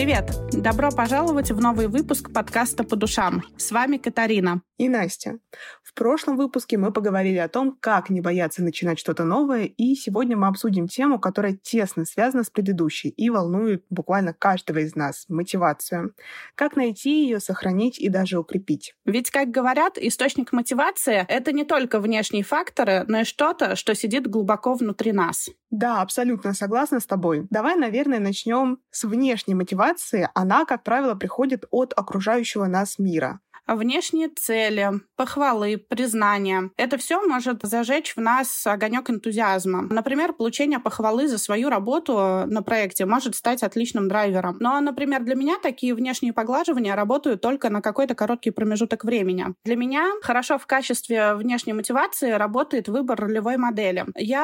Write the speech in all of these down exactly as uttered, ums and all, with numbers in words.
Привет! Добро пожаловать в новый выпуск подкаста «По душам». С вами Катарина. И Настя. В прошлом выпуске мы поговорили о том, как не бояться начинать что-то новое, и сегодня мы обсудим тему, которая тесно связана с предыдущей и волнует буквально каждого из нас — мотивацию. Как найти ее, сохранить и даже укрепить. Ведь, как говорят, источник мотивации — это не только внешние факторы, но и что-то, что сидит глубоко внутри нас. Да, абсолютно согласна с тобой. Давай, наверное, начнем с внешней мотивации. Она, как правило, приходит от окружающего нас мира. Внешние цели, похвалы, признания — это все может зажечь в нас огонек энтузиазма. Например, получение похвалы за свою работу на проекте может стать отличным драйвером. Но, например, для меня такие внешние поглаживания работают только на какой-то короткий промежуток времени. Для меня хорошо в качестве внешней мотивации работает выбор ролевой модели.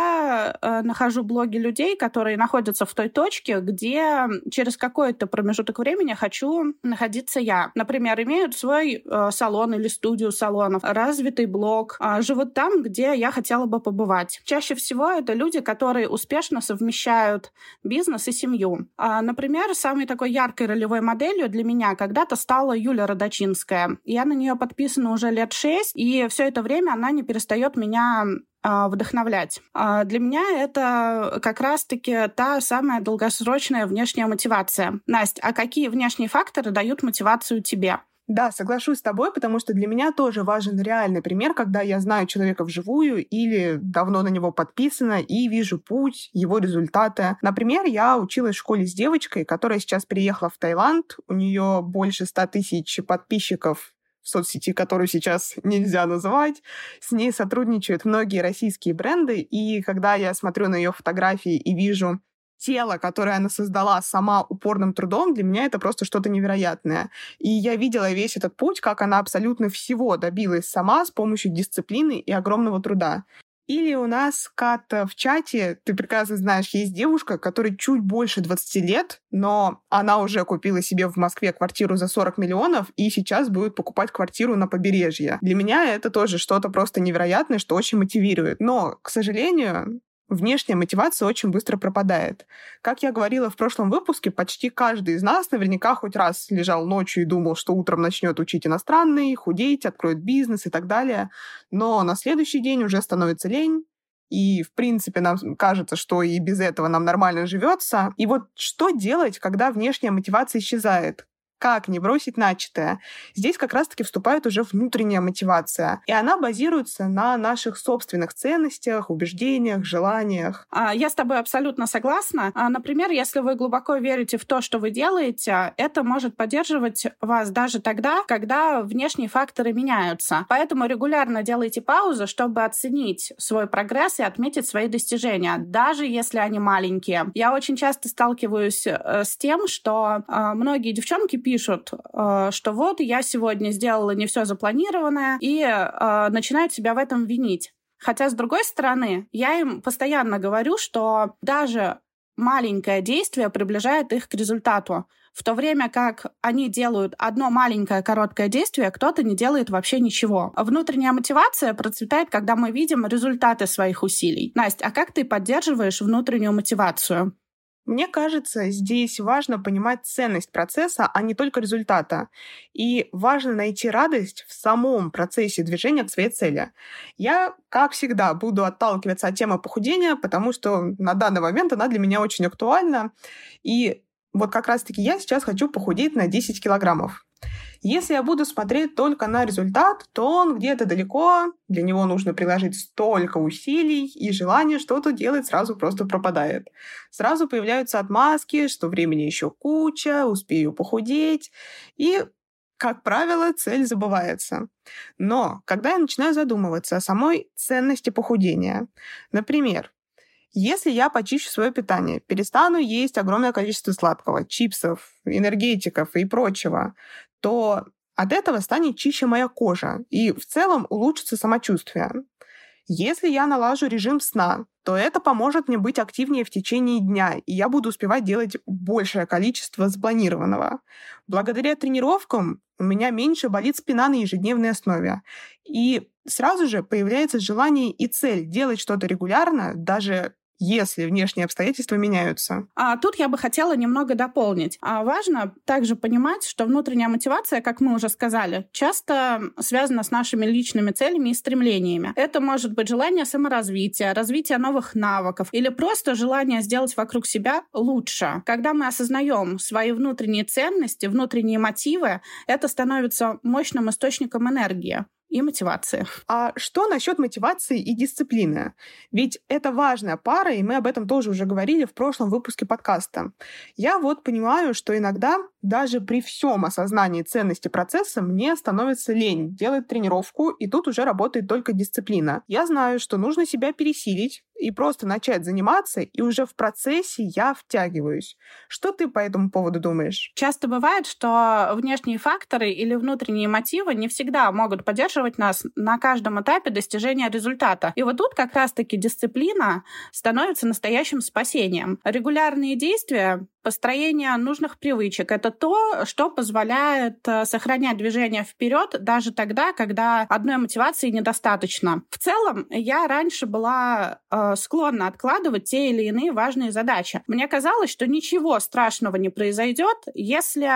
Я э, нахожу блоги людей, которые находятся в той точке, где через какой-то промежуток времени хочу находиться я. Например, имеют свой салон или студию салонов, развитый блог, живут там, где я хотела бы побывать. Чаще всего это люди, которые успешно совмещают бизнес и семью. Например, самой такой яркой ролевой моделью для меня когда-то стала Юля Родочинская. Я на нее подписана уже лет шесть, и все это время она не перестает меня вдохновлять. Для меня это как раз-таки та самая долгосрочная внешняя мотивация. Настя, а какие внешние факторы дают мотивацию тебе? Да, соглашусь с тобой, потому что для меня тоже важен реальный пример, когда я знаю человека вживую или давно на него подписана и вижу путь, его результаты. Например, я училась в школе с девочкой, которая сейчас переехала в Таиланд. У нее больше ста тысяч подписчиков в соцсети, которую сейчас нельзя называть. С ней сотрудничают многие российские бренды, и когда я смотрю на ее фотографии и вижу тело, которое она создала сама упорным трудом, для меня это просто что-то невероятное. И я видела весь этот путь, как она абсолютно всего добилась сама с помощью дисциплины и огромного труда. Или у нас, Кат, в чате, ты прекрасно знаешь, есть девушка, которой чуть больше двадцати лет, но она уже купила себе в Москве квартиру за сорок миллионов и сейчас будет покупать квартиру на побережье. Для меня это тоже что-то просто невероятное, что очень мотивирует. Но, к сожалению, внешняя мотивация очень быстро пропадает. Как я говорила в прошлом выпуске, почти каждый из нас наверняка хоть раз лежал ночью и думал, что утром начнет учить иностранный, худеть, откроет бизнес и так далее. Но на следующий день уже становится лень, и, в принципе, нам кажется, что и без этого нам нормально живется. И вот что делать, когда внешняя мотивация исчезает? Как не бросить начатое? Здесь как раз-таки вступает уже внутренняя мотивация. И она базируется на наших собственных ценностях, убеждениях, желаниях. Я с тобой абсолютно согласна. Например, если вы глубоко верите в то, что вы делаете, это может поддерживать вас даже тогда, когда внешние факторы меняются. Поэтому регулярно делайте паузу, чтобы оценить свой прогресс и отметить свои достижения, даже если они маленькие. Я очень часто сталкиваюсь с тем, что многие девчонки пишут, что вот я сегодня сделала не все запланированное, и э, начинают себя в этом винить. Хотя, с другой стороны, я им постоянно говорю, что даже маленькое действие приближает их к результату, в то время как они делают одно маленькое короткое действие, кто-то не делает вообще ничего. Внутренняя мотивация процветает, когда мы видим результаты своих усилий. Настя, а как ты поддерживаешь внутреннюю мотивацию? Мне кажется, здесь важно понимать ценность процесса, а не только результата. И важно найти радость в самом процессе движения к своей цели. Я, как всегда, буду отталкиваться от темы похудения, потому что на данный момент она для меня очень актуальна. И вот как раз-таки я сейчас хочу похудеть на десять килограммов. Если я буду смотреть только на результат, то он где-то далеко, для него нужно приложить столько усилий, и желание что-то делать сразу просто пропадает. Сразу появляются отмазки, что времени еще куча, успею похудеть, и, как правило, цель забывается. Но когда я начинаю задумываться о самой ценности похудения, например, если я почищу свое питание, перестану есть огромное количество сладкого, чипсов, энергетиков и прочего, то от этого станет чище моя кожа и в целом улучшится самочувствие. Если я налажу режим сна, то это поможет мне быть активнее в течение дня, и я буду успевать делать большее количество запланированного. Благодаря тренировкам у меня меньше болит спина на ежедневной основе. И сразу же появляется желание и цель делать что-то регулярно, даже если внешние обстоятельства меняются. А тут я бы хотела немного дополнить. А важно также понимать, что внутренняя мотивация, как мы уже сказали, часто связана с нашими личными целями и стремлениями. Это может быть желание саморазвития, развитие новых навыков или просто желание сделать вокруг себя лучше. Когда мы осознаем свои внутренние ценности, внутренние мотивы, это становится мощным источником энергии и мотивации. А что насчет мотивации и дисциплины? Ведь это важная пара, и мы об этом тоже уже говорили в прошлом выпуске подкаста. Я вот понимаю, что иногда даже при всем осознании ценности процесса мне становится лень делать тренировку, и тут уже работает только дисциплина. Я знаю, что нужно себя пересилить и просто начать заниматься, и уже в процессе я втягиваюсь. Что ты по этому поводу думаешь? Часто бывает, что внешние факторы или внутренние мотивы не всегда могут поддерживать нас на каждом этапе достижения результата. И вот тут как раз-таки дисциплина становится настоящим спасением. Регулярные действия, построение нужных привычек — это то, что позволяет сохранять движение вперед даже тогда, когда одной мотивации недостаточно. В целом, я раньше была э, склонна откладывать те или иные важные задачи. Мне казалось, что ничего страшного не произойдет, если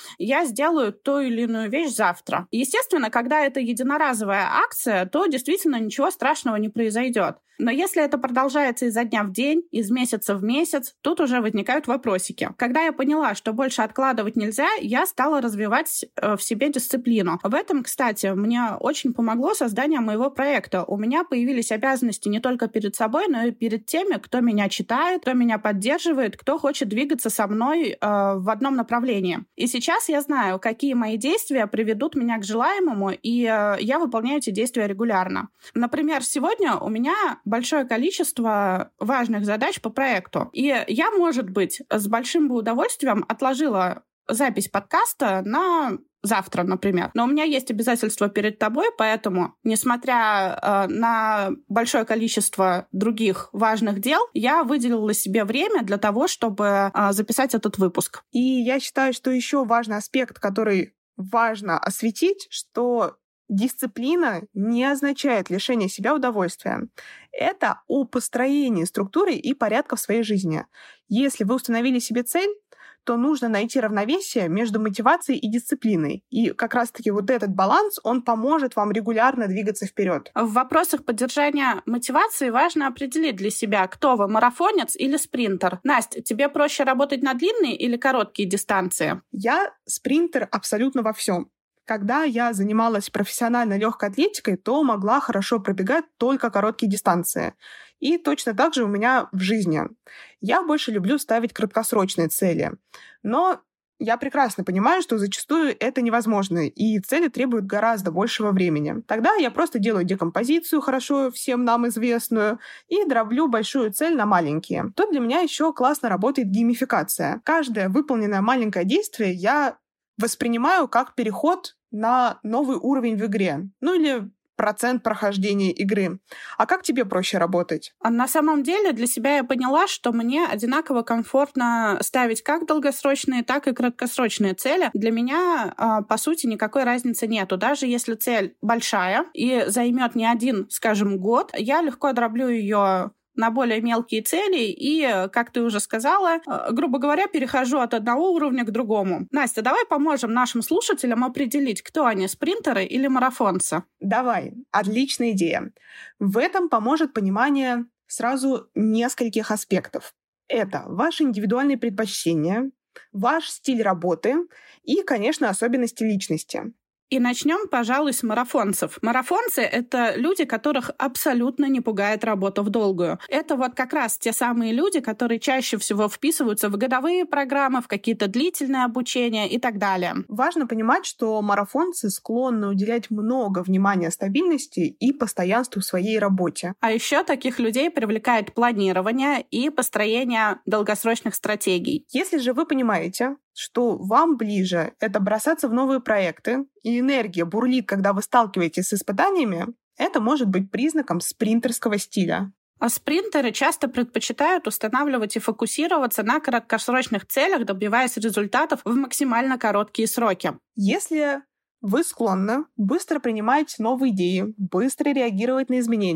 я сделаю ту или иную вещь завтра. Естественно, когда это единоразовая акция, то действительно ничего страшного не произойдет. Но если это продолжается изо дня в день, из месяца в месяц, тут уже возникают вопросики. Когда я поняла, что больше откладывать нельзя, я стала развивать в себе дисциплину. В этом, кстати, мне очень помогло создание моего проекта. У меня появились обязанности не только перед собой, но и перед теми, кто меня читает, кто меня поддерживает, кто хочет двигаться со мной э, в одном направлении. И сейчас я знаю, какие мои действия приведут меня к желаемому, и э, я выполняю эти действия регулярно. Например, сегодня у меня большое количество важных задач по проекту. И я, может быть, с большим бы удовольствием отложила запись подкаста на завтра, например. Но у меня есть обязательства перед тобой, поэтому, несмотря э, на большое количество других важных дел, я выделила себе время для того, чтобы э, записать этот выпуск. И я считаю, что еще важный аспект, который важно осветить, что дисциплина не означает лишение себя удовольствия. Это о построении структуры и порядка в своей жизни. Если вы установили себе цель, то нужно найти равновесие между мотивацией и дисциплиной. И как раз-таки вот этот баланс, он поможет вам регулярно двигаться вперед. В вопросах поддержания мотивации важно определить для себя, кто вы, марафонец или спринтер. Настя, тебе проще работать на длинные или короткие дистанции? Я спринтер абсолютно во всем. Когда я занималась профессиональной легкой атлетикой, то могла хорошо пробегать только короткие дистанции. И точно так же у меня в жизни. Я больше люблю ставить краткосрочные цели. Но я прекрасно понимаю, что зачастую это невозможно, и цели требуют гораздо большего времени. Тогда я просто делаю декомпозицию, хорошо всем нам известную, и дроблю большую цель на маленькие. Тут для меня еще классно работает геймификация. Каждое выполненное маленькое действие я воспринимаю как переход на новый уровень в игре. Ну или процент прохождения игры. А как тебе проще работать? На самом деле для себя я поняла, что мне одинаково комфортно ставить как долгосрочные, так и краткосрочные цели. Для меня, по сути, никакой разницы нету. Даже если цель большая и займет не один, скажем, год, я легко дроблю ее на более мелкие цели и, как ты уже сказала, грубо говоря, перехожу от одного уровня к другому. Настя, давай поможем нашим слушателям определить, кто они, спринтеры или марафонцы. Давай, отличная идея. В этом поможет понимание сразу нескольких аспектов. Это ваши индивидуальные предпочтения, ваш стиль работы и, конечно, особенности личности. И начнем, пожалуй, с марафонцев. Марафонцы — это люди, которых абсолютно не пугает работа в долгую. Это вот как раз те самые люди, которые чаще всего вписываются в годовые программы, в какие-то длительные обучения и так далее. Важно понимать, что марафонцы склонны уделять много внимания стабильности и постоянству в своей работе. А еще таких людей привлекает планирование и построение долгосрочных стратегий. Если же вы понимаете, что вам ближе это бросаться в новые проекты, и энергия бурлит, когда вы сталкиваетесь с испытаниями, это может быть признаком спринтерского стиля. А спринтеры часто предпочитают устанавливать и фокусироваться на краткосрочных целях, добиваясь результатов в максимально короткие сроки. Если вы склонны быстро принимать новые идеи, быстро реагировать на изменения,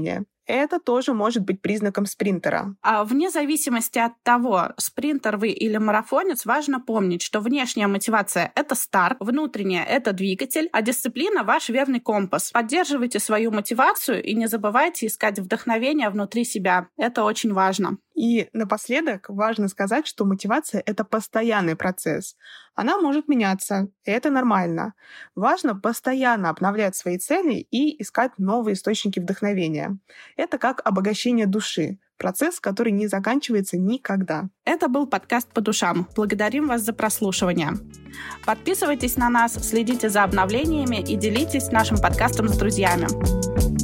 Это тоже может быть признаком спринтера. А вне зависимости от того, спринтер вы или марафонец, важно помнить, что внешняя мотивация — это старт, внутренняя — это двигатель, а дисциплина — ваш верный компас. Поддерживайте свою мотивацию и не забывайте искать вдохновение внутри себя. Это очень важно. И напоследок важно сказать, что мотивация — это постоянный процесс. Она может меняться, и это нормально. Важно постоянно обновлять свои цели и искать новые источники вдохновения. Это как обогащение души. Процесс, который не заканчивается никогда. Это был подкаст «По душам». Благодарим вас за прослушивание. Подписывайтесь на нас, следите за обновлениями и делитесь нашим подкастом с друзьями.